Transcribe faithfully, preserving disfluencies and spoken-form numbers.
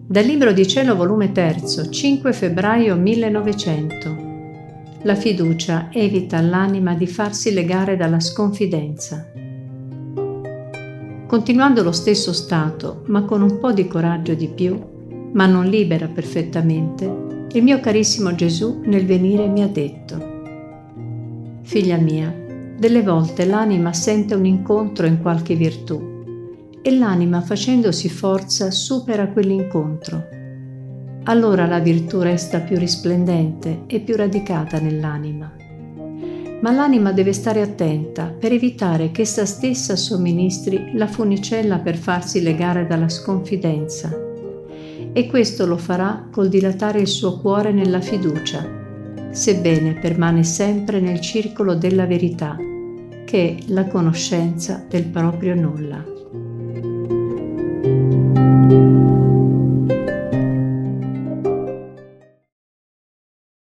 Dal Libro di Cielo, volume tre, cinque febbraio millenovecento. La fiducia evita all'anima di farsi legare dalla sconfidenza. Continuando lo stesso stato, ma con un po' di coraggio di più, ma non libera perfettamente, il mio carissimo Gesù nel venire mi ha detto: Figlia mia, delle volte l'anima sente un incontro in qualche virtù, e l'anima, facendosi forza, supera quell'incontro. Allora la virtù resta più risplendente e più radicata nell'anima. Ma l'anima deve stare attenta per evitare che essa stessa somministri la funicella per farsi legare dalla sconfidenza. E questo lo farà col dilatare il suo cuore nella fiducia, sebbene permane sempre nel circolo della verità, che è la conoscenza del proprio nulla.